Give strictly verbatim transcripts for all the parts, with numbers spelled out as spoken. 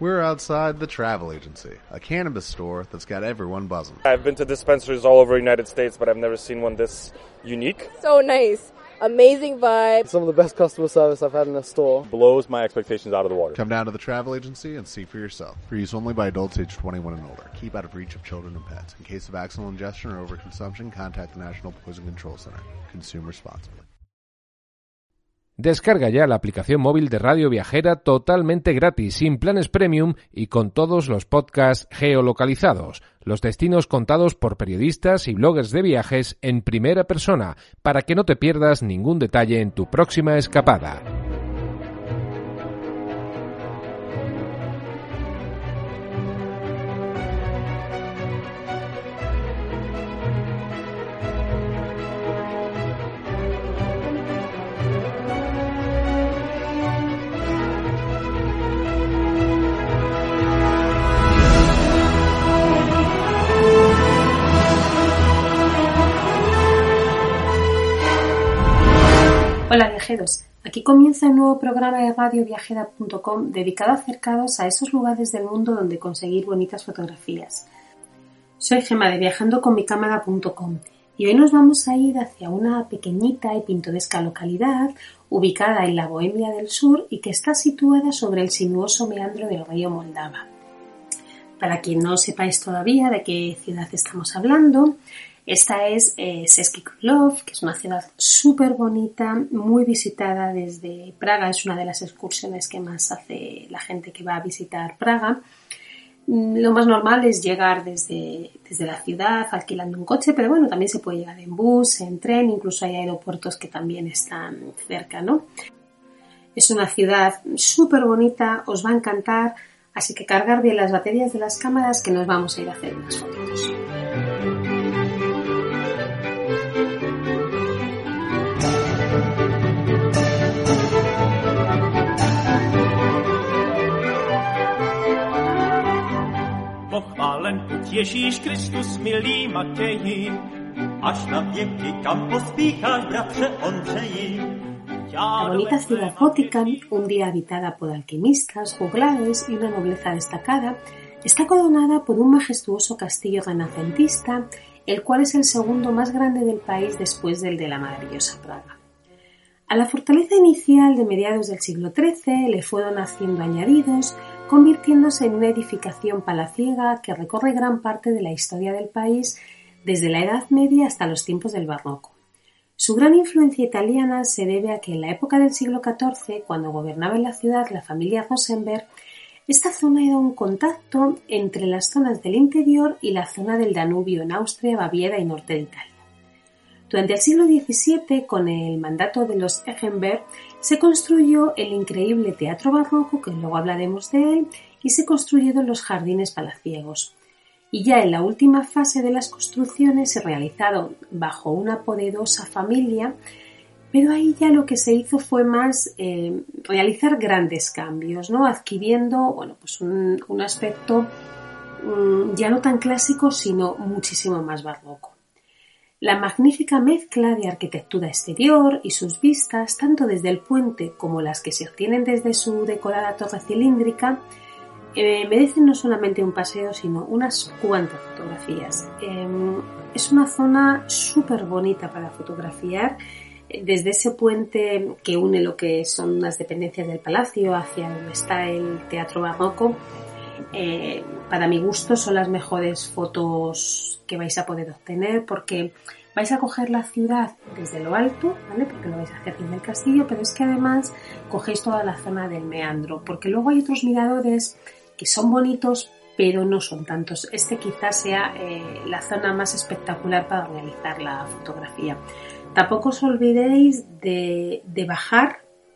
We're outside the Travel Agency, a cannabis store that's got everyone buzzing. I've been to dispensaries all over the United States, but I've never seen one this unique. So nice. Amazing vibe. Some of the best customer service I've had in a store. Blows my expectations out of the water. Come down to the Travel Agency and see for yourself. For use only by adults age twenty-one and older. Keep out of reach of children and pets. In case of accidental ingestion or overconsumption, contact the National Poison Control Center. Consume responsibly. Descarga ya la aplicación móvil de Radio Viajera totalmente gratis, sin planes premium y con todos los podcasts geolocalizados, los destinos contados por periodistas y bloggers de viajes en primera persona, para que no te pierdas ningún detalle en tu próxima escapada. Hola viajeros, aquí comienza un nuevo programa de radio viajera punto com dedicado a acercaros a esos lugares del mundo donde conseguir bonitas fotografías. Soy Gemma de viajando con mi cámara punto com y hoy nos vamos a ir hacia una pequeñita y pintoresca localidad ubicada en la Bohemia del Sur y que está situada sobre el sinuoso meandro del río Moldava. Para quien no sepáis todavía de qué ciudad estamos hablando, esta es eh, Český Krumlov, que es una ciudad súper bonita, muy visitada desde Praga. Es una de las excursiones que más hace la gente que va a visitar Praga. Lo más normal es llegar desde, desde la ciudad alquilando un coche, pero bueno, también se puede llegar en bus, en tren, incluso hay aeropuertos que también están cerca, ¿no? Es una ciudad súper bonita, os va a encantar, así que cargar bien las baterías de las cámaras que nos vamos a ir a hacer unas fotos. Pochválen buď Ježíš Kristus, milý Matěji, až na věky, kam pospícháš, bratře Ondřeji. La bonita ciudad gótica, un día habitada por alquimistas, juglares y una nobleza destacada, está coronada por un majestuoso castillo renacentista, el cual es el segundo más grande del país después del de la maravillosa Praga. A la fortaleza inicial de mediados del siglo trece le fueron haciendo añadidos, convirtiéndose en una edificación palaciega que recorre gran parte de la historia del país desde la Edad Media hasta los tiempos del Barroco. Su gran influencia italiana se debe a que en la época del siglo catorce, cuando gobernaba en la ciudad la familia Rosenberg, esta zona era un contacto entre las zonas del interior y la zona del Danubio en Austria, Baviera y norte de Italia. Durante el siglo diecisiete, con el mandato de los Eggenberg, se construyó el increíble teatro barroco, que luego hablaremos de él, y se construyeron los jardines palaciegos. Y ya en la última fase de las construcciones se realizaron bajo una poderosa familia, pero ahí ya lo que se hizo fue más eh, realizar grandes cambios, ¿no? Adquiriendo bueno, pues un, un aspecto um, ya no tan clásico, sino muchísimo más barroco. La magnífica mezcla de arquitectura exterior y sus vistas, tanto desde el puente como las que se obtienen desde su decorada torre cilíndrica, eh, merecen no solamente un paseo, sino unas cuantas fotografías. Eh, es una zona súper bonita para fotografiar, desde ese puente que une lo que son las dependencias del palacio hacia donde está el teatro barroco. Eh, para mi gusto son las mejores fotos que vais a poder obtener porque vais a coger la ciudad desde lo alto, ¿vale? Porque lo vais a hacer desde el castillo, pero es que además cogéis toda la zona del meandro, porque luego hay otros miradores que son bonitos pero no son tantos. Este quizás sea eh, la zona más espectacular para realizar la fotografía. Tampoco os olvidéis de, de bajar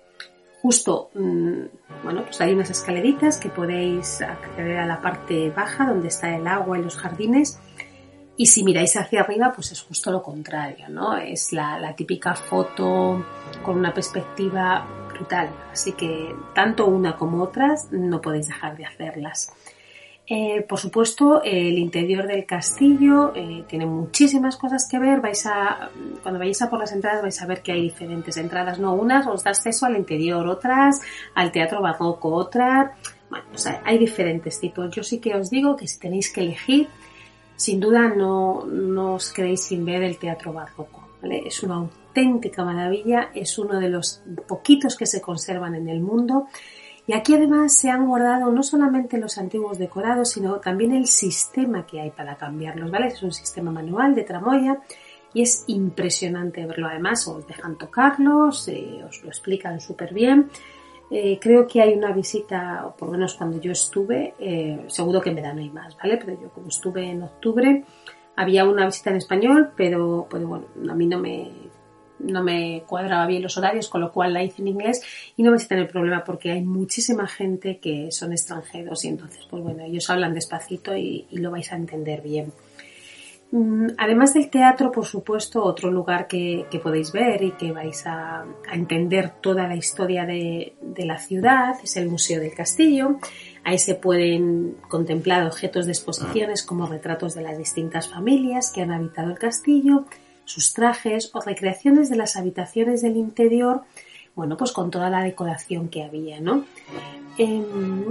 justo, mmm, bueno, pues hay unas escaleritas que podéis acceder a la parte baja donde está el agua y los jardines, y si miráis hacia arriba pues es justo lo contrario, ¿no? Es la, la típica foto con una perspectiva brutal, así que tanto una como otras no podéis dejar de hacerlas. Eh, por supuesto, el interior del castillo eh, tiene muchísimas cosas que ver. Vais a, cuando vayáis a por las entradas vais a ver que hay diferentes entradas, ¿no? Unas os da acceso al interior, otras al teatro barroco, otras Bueno, pues hay, hay diferentes tipos. Yo sí que os digo que si tenéis que elegir, sin duda no, no os quedéis sin ver el teatro barroco, ¿vale? Es una auténtica maravilla, es uno de los poquitos que se conservan en el mundo. Y aquí además se han guardado no solamente los antiguos decorados, sino también el sistema que hay para cambiarlos, ¿vale? Es un sistema manual de tramoya y es impresionante verlo. Además, os dejan tocarlos, eh, os lo explican súper bien. Eh, creo que hay una visita, o por lo menos cuando yo estuve, eh, seguro que en verano hay más, ¿vale? Pero yo como estuve en octubre, había una visita en español, pero, pero bueno, a mí no me... no me cuadraba bien los horarios, con lo cual la hice en inglés y no vais a tener problema porque hay muchísima gente que son extranjeros y entonces, pues bueno, ellos hablan despacito y, y lo vais a entender bien. Además del teatro, por supuesto, otro lugar que, que podéis ver y que vais a, a entender toda la historia de, de la ciudad es el Museo del Castillo. Ahí se pueden contemplar objetos de exposiciones como retratos de las distintas familias que han habitado el castillo, sus trajes o recreaciones de las habitaciones del interior, bueno, pues con toda la decoración que había, ¿no? Eh,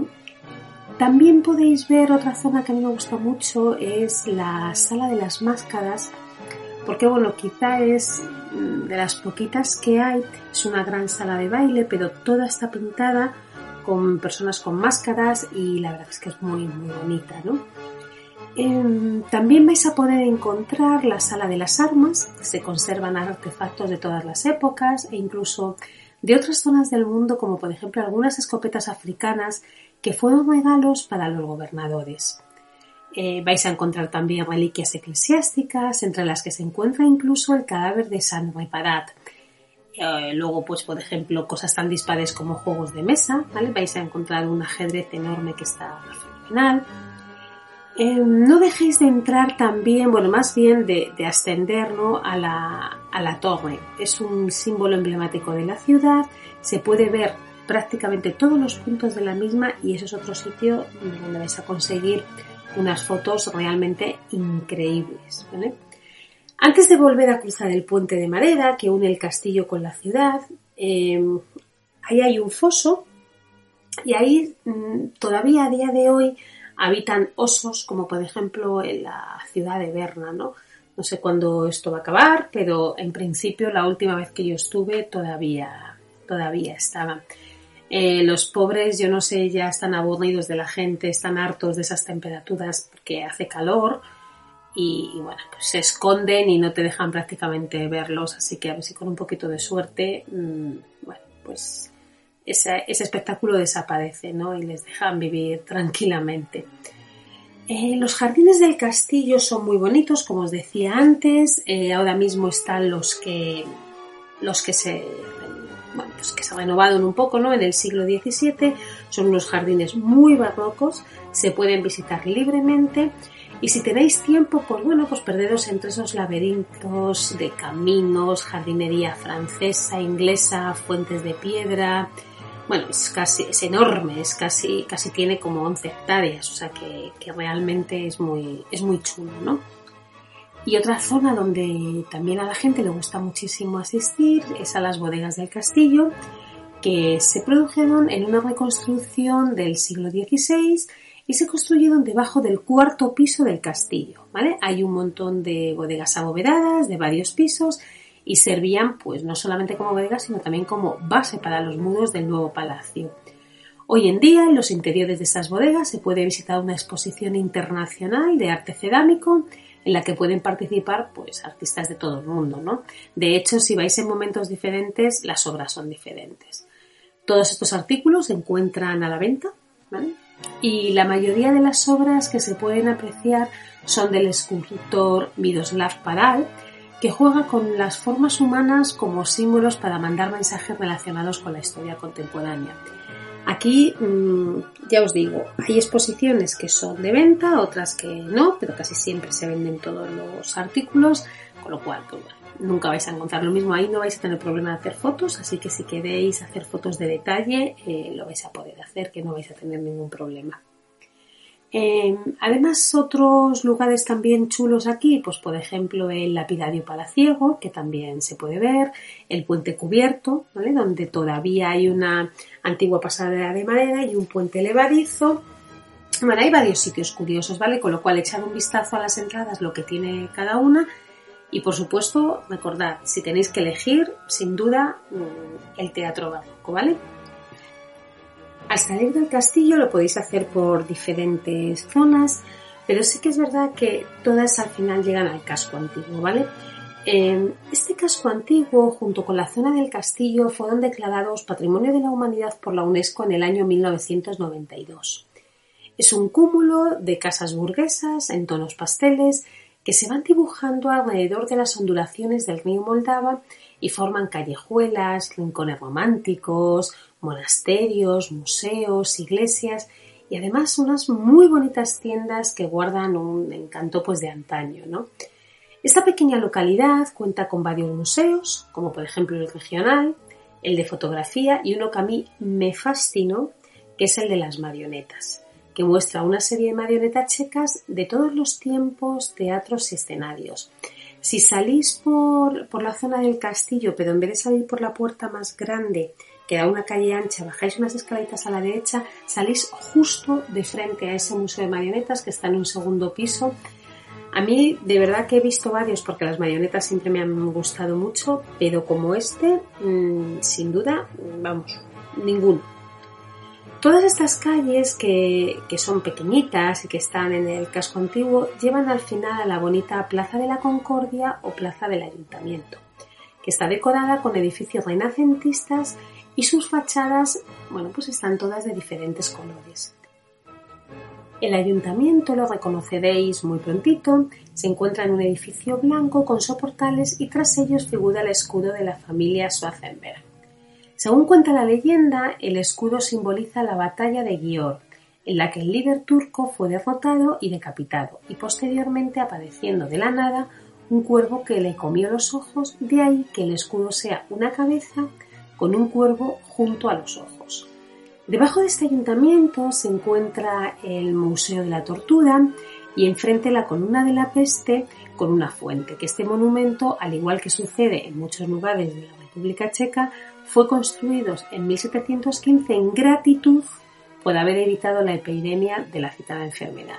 también podéis ver otra zona que a mí me gusta mucho, es la Sala de las Máscaras, porque, bueno, quizá es de las poquitas que hay, es una gran sala de baile, pero toda está pintada con personas con máscaras y la verdad es que es muy, muy bonita, ¿no? Eh, también vais a poder encontrar la Sala de las Armas, se conservan artefactos de todas las épocas e incluso de otras zonas del mundo, como por ejemplo algunas escopetas africanas que fueron regalos para los gobernadores. Eh, vais a encontrar también reliquias eclesiásticas, entre las que se encuentra incluso el cadáver de San Reparat. Eh, luego, pues por ejemplo, cosas tan dispares como juegos de mesa, ¿vale? Vais a encontrar un ajedrez enorme que está fenomenal. Eh, no dejéis de entrar también, bueno, más bien de, de ascender, ¿no?, a la, a la torre. Es un símbolo emblemático de la ciudad, se puede ver prácticamente todos los puntos de la misma y eso es otro sitio donde vais a conseguir unas fotos realmente increíbles, ¿vale? Antes de volver a cruzar el puente de madera que une el castillo con la ciudad, eh, ahí hay un foso y ahí mmm, todavía a día de hoy habitan osos, como por ejemplo en la ciudad de Berna, ¿no? No sé cuándo esto va a acabar, pero en principio la última vez que yo estuve todavía, todavía estaban. Eh, los pobres, yo no sé, ya están aburridos de la gente, están hartos de esas temperaturas porque hace calor y, y bueno, pues se esconden y no te dejan prácticamente verlos, así que a ver si con un poquito de suerte, mmm, bueno, pues ese, ese espectáculo desaparece, ¿no? Y les dejan vivir tranquilamente. Eh, los jardines del castillo son muy bonitos, como os decía antes. Eh, ahora mismo están los que los que se bueno, pues que se renovaron un poco, ¿no?, en el siglo diecisiete. Son unos jardines muy barrocos, se pueden visitar libremente. Y si tenéis tiempo, pues bueno, pues perderos entre esos laberintos de caminos, jardinería francesa, inglesa, fuentes de piedra. Bueno, es casi, es enorme, es casi, casi tiene como once hectáreas, o sea que, que realmente es muy, es muy chulo, ¿no? Y otra zona donde también a la gente le gusta muchísimo asistir es a las bodegas del castillo, que se produjeron en una reconstrucción del siglo dieciséis y se construyeron debajo del cuarto piso del castillo, ¿vale? Hay un montón de bodegas abovedadas de varios pisos y servían pues no solamente como bodegas, sino también como base para los muros del nuevo palacio. Hoy en día, en los interiores de estas bodegas se puede visitar una exposición internacional de arte cerámico en la que pueden participar pues artistas de todo el mundo, ¿no? De hecho, si vais en momentos diferentes, las obras son diferentes. Todos estos artículos se encuentran a la venta, ¿vale? Y la mayoría de las obras que se pueden apreciar son del escultor Miroslav Paral, que juega con las formas humanas como símbolos para mandar mensajes relacionados con la historia contemporánea. Aquí, mmm, ya os digo, hay exposiciones que son de venta, otras que no, pero casi siempre se venden todos los artículos, con lo cual, pues, bueno, nunca vais a encontrar lo mismo. Ahí no vais a tener problema de hacer fotos, así que si queréis hacer fotos de detalle, eh, lo vais a poder hacer, que no vais a tener ningún problema. Eh, además, otros lugares también chulos aquí, pues por ejemplo el lapidario palaciego, que también se puede ver, el puente cubierto, ¿vale? Donde todavía hay una antigua pasarela de madera y un puente levadizo. Bueno, hay varios sitios curiosos, ¿vale? Con lo cual echad un vistazo a las entradas, lo que tiene cada una. Y por supuesto, recordad, si tenéis que elegir, sin duda, el Teatro Barroco, ¿vale? Al salir del castillo lo podéis hacer por diferentes zonas, pero sí que es verdad que todas al final llegan al casco antiguo, ¿vale? Eh, este casco antiguo, junto con la zona del castillo, fueron declarados Patrimonio de la Humanidad por la UNESCO en el año mil novecientos noventa y dos. Es un cúmulo de casas burguesas en tonos pasteles que se van dibujando alrededor de las ondulaciones del río Moldava y forman callejuelas, rincones románticos, monasterios, museos, iglesias y además unas muy bonitas tiendas que guardan un encanto pues de antaño, ¿no? Esta pequeña localidad cuenta con varios museos, como por ejemplo el regional, el de fotografía y uno que a mí me fascinó, que es el de las marionetas, que muestra una serie de marionetas checas de todos los tiempos, teatros y escenarios. Si salís por, por la zona del castillo, pero en vez de salir por la puerta más grande, que da una calle ancha, bajáis unas escaleritas a la derecha, salís justo de frente a ese museo de marionetas que está en un segundo piso. A mí de verdad que he visto varios porque las marionetas siempre me han gustado mucho, pero como este, mmm, sin duda, vamos, ninguno. Todas estas calles que, que son pequeñitas y que están en el casco antiguo llevan al final a la bonita Plaza de la Concordia o Plaza del Ayuntamiento, que está decorada con edificios renacentistas y sus fachadas, bueno, pues están todas de diferentes colores. El Ayuntamiento, lo reconoceréis muy prontito, se encuentra en un edificio blanco con soportales y tras ellos figura el escudo de la familia Schwarzenberg. Según cuenta la leyenda, el escudo simboliza la batalla de Győr, en la que el líder turco fue derrotado y decapitado, y posteriormente apareciendo de la nada un cuervo que le comió los ojos, de ahí que el escudo sea una cabeza con un cuervo junto a los ojos. Debajo de este ayuntamiento se encuentra el Museo de la Tortura y enfrente la Columna de la Peste con una fuente, que este monumento, al igual que sucede en muchos lugares de la República Checa, fue construido en mil setecientos quince en gratitud por haber evitado la epidemia de la citada enfermedad.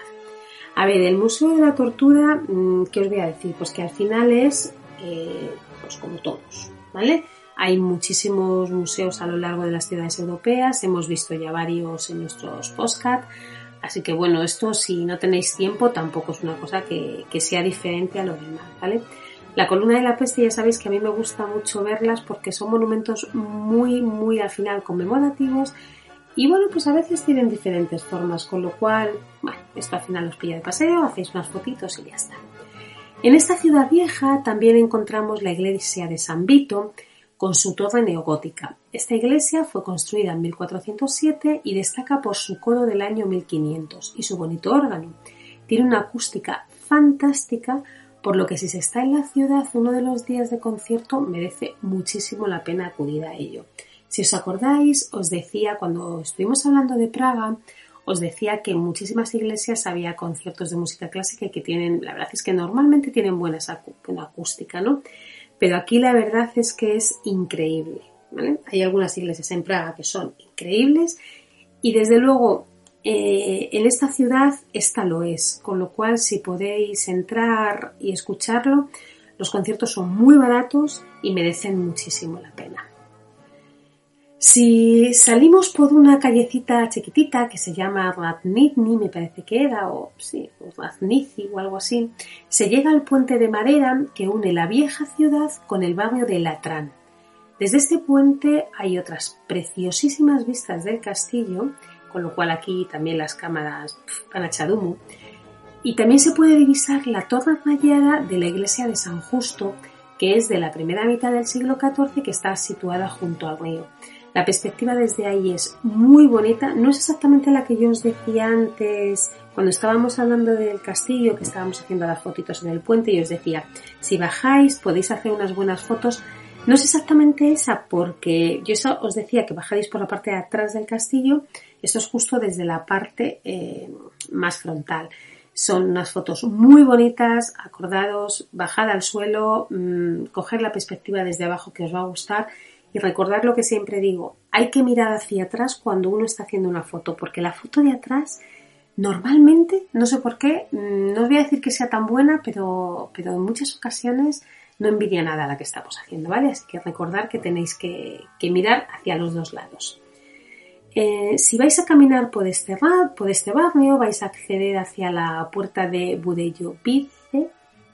A ver, el Museo de la Tortura, ¿qué os voy a decir? Pues que al final es, eh, pues como todos, ¿vale? Hay muchísimos museos a lo largo de las ciudades europeas, hemos visto ya varios en nuestros podcast, así que bueno, esto si no tenéis tiempo tampoco es una cosa que, que sea diferente a lo demás, ¿vale? La Columna de la Peste ya sabéis que a mí me gusta mucho verlas porque son monumentos muy, muy al final conmemorativos y bueno, pues a veces tienen diferentes formas, con lo cual, bueno, esto al final os pilla de paseo, hacéis unas fotitos y ya está. En esta ciudad vieja también encontramos la iglesia de San Vito con su torre neogótica. Esta iglesia fue construida en mil cuatrocientos siete y destaca por su coro del año mil quinientos y su bonito órgano. Tiene una acústica fantástica, por lo que si se está en la ciudad uno de los días de concierto merece muchísimo la pena acudir a ello. Si os acordáis, os decía cuando estuvimos hablando de Praga, os decía que en muchísimas iglesias había conciertos de música clásica y que tienen, la verdad es que normalmente tienen buena, buena acústica, ¿no? Pero aquí la verdad es que es increíble, ¿vale? Hay algunas iglesias en Praga que son increíbles y desde luego Eh, en esta ciudad esta lo es, con lo cual si podéis entrar y escucharlo, los conciertos son muy baratos y merecen muchísimo la pena. Si salimos por una callecita chiquitita que se llama Radnitny, me parece que era, o sí, Radnici o algo así, se llega al puente de madera que une la vieja ciudad con el barrio de Latrán. Desde este puente hay otras preciosísimas vistas del castillo, con lo cual aquí también las cámaras pff, van a echar humo. Y también se puede divisar la torre rayada de la iglesia de San Justo, que es de la primera mitad del siglo catorce, que está situada junto al río. La perspectiva desde ahí es muy bonita, no es exactamente la que yo os decía antes, cuando estábamos hablando del castillo, que estábamos haciendo las fotitos en el puente, y os decía, si bajáis podéis hacer unas buenas fotos. No es exactamente esa, porque yo os decía que bajáis por la parte de atrás del castillo. Esto es justo desde la parte, eh, más frontal. Son unas fotos muy bonitas, acordados, bajad al suelo, mmm, coger la perspectiva desde abajo que os va a gustar y recordar lo que siempre digo, hay que mirar hacia atrás cuando uno está haciendo una foto, porque la foto de atrás normalmente, no sé por qué, no os voy a decir que sea tan buena, pero, pero en muchas ocasiones no envidia nada a la que estamos haciendo, ¿vale? Así que recordar que tenéis que, que mirar hacia los dos lados. Eh, si vais a caminar por este, por este barrio, vais a acceder hacia la puerta de Budejovice,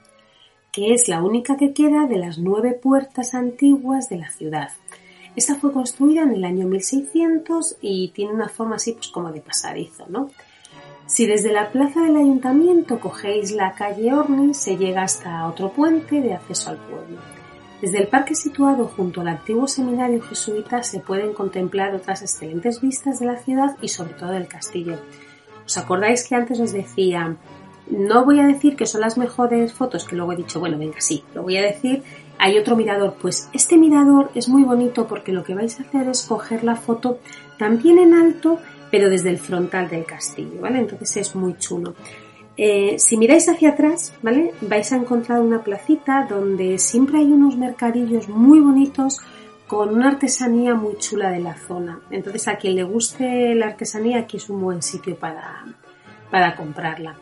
que es la única que queda de las nueve puertas antiguas de la ciudad. Esta fue construida en el año mil seiscientos y tiene una forma así pues como de pasadizo, ¿no? Si desde la plaza del ayuntamiento cogéis la calle Orni, se llega hasta otro puente de acceso al pueblo. Desde el parque situado junto al antiguo seminario jesuita se pueden contemplar otras excelentes vistas de la ciudad y sobre todo del castillo. ¿Os acordáis que antes os decía, no voy a decir que son las mejores fotos, que luego he dicho, bueno, venga, sí, lo voy a decir, hay otro mirador? Pues este mirador es muy bonito porque lo que vais a hacer es coger la foto también en alto, pero desde el frontal del castillo, ¿vale? Entonces es muy chulo. Eh, si miráis hacia atrás, ¿vale? Vais a encontrar una placita donde siempre hay unos mercadillos muy bonitos con una artesanía muy chula de la zona. Entonces a quien le guste la artesanía, aquí es un buen sitio para, para comprarla.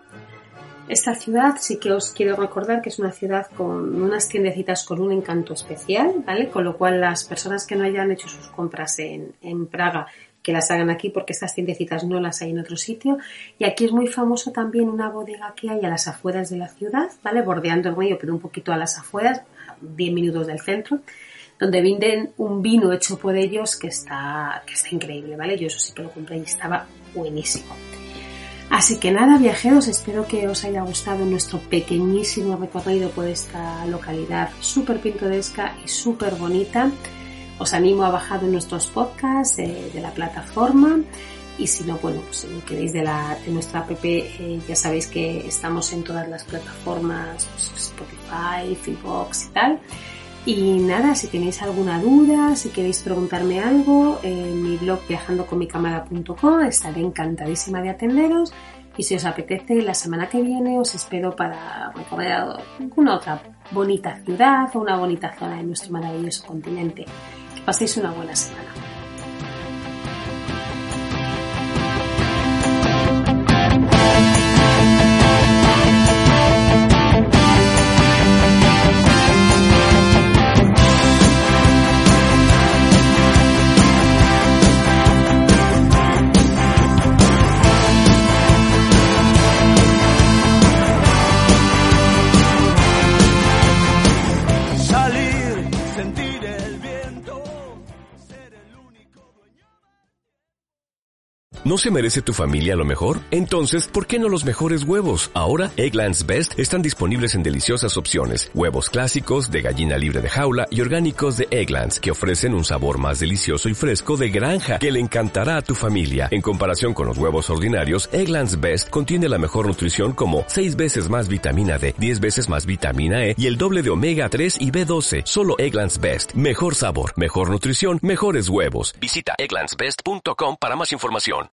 Esta ciudad sí que os quiero recordar que es una ciudad con unas tiendecitas con un encanto especial, ¿vale? Con lo cual las personas que no hayan hecho sus compras en, en Praga, que las hagan aquí porque estas tiendecitas no las hay en otro sitio. Y aquí es muy famoso también una bodega que hay a las afueras de la ciudad, ¿vale? Bordeando el río, pero un poquito a las afueras, a diez minutos del centro, donde venden un vino hecho por ellos que está, que está increíble, ¿vale? Yo eso sí que lo compré y estaba buenísimo. Así que nada, viajeros, espero que os haya gustado nuestro pequeñísimo recorrido por esta localidad súper pintoresca y súper bonita. Os animo a bajar nuestros podcasts eh, de la plataforma y si no, bueno, pues si no queréis de, la, de nuestra app, eh, ya sabéis que estamos en todas las plataformas, pues, Spotify, Feedbox y tal. Y nada, si tenéis alguna duda, si queréis preguntarme algo, en mi blog viajando con mi cámara punto com estaré encantadísima de atenderos. Y si os apetece, la semana que viene os espero para recorrer alguna otra bonita ciudad o una bonita zona de nuestro maravilloso continente. Que paséis una buena semana. ¿No se merece tu familia lo mejor? Entonces, ¿por qué no los mejores huevos? Ahora, Eggland's Best están disponibles en deliciosas opciones. Huevos clásicos, de gallina libre de jaula y orgánicos de Eggland's, que ofrecen un sabor más delicioso y fresco de granja que le encantará a tu familia. En comparación con los huevos ordinarios, Eggland's Best contiene la mejor nutrición como seis veces más vitamina D, diez veces más vitamina E y el doble de omega tres y B doce. Solo Eggland's Best. Mejor sabor, mejor nutrición, mejores huevos. Visita egglands best punto com para más información.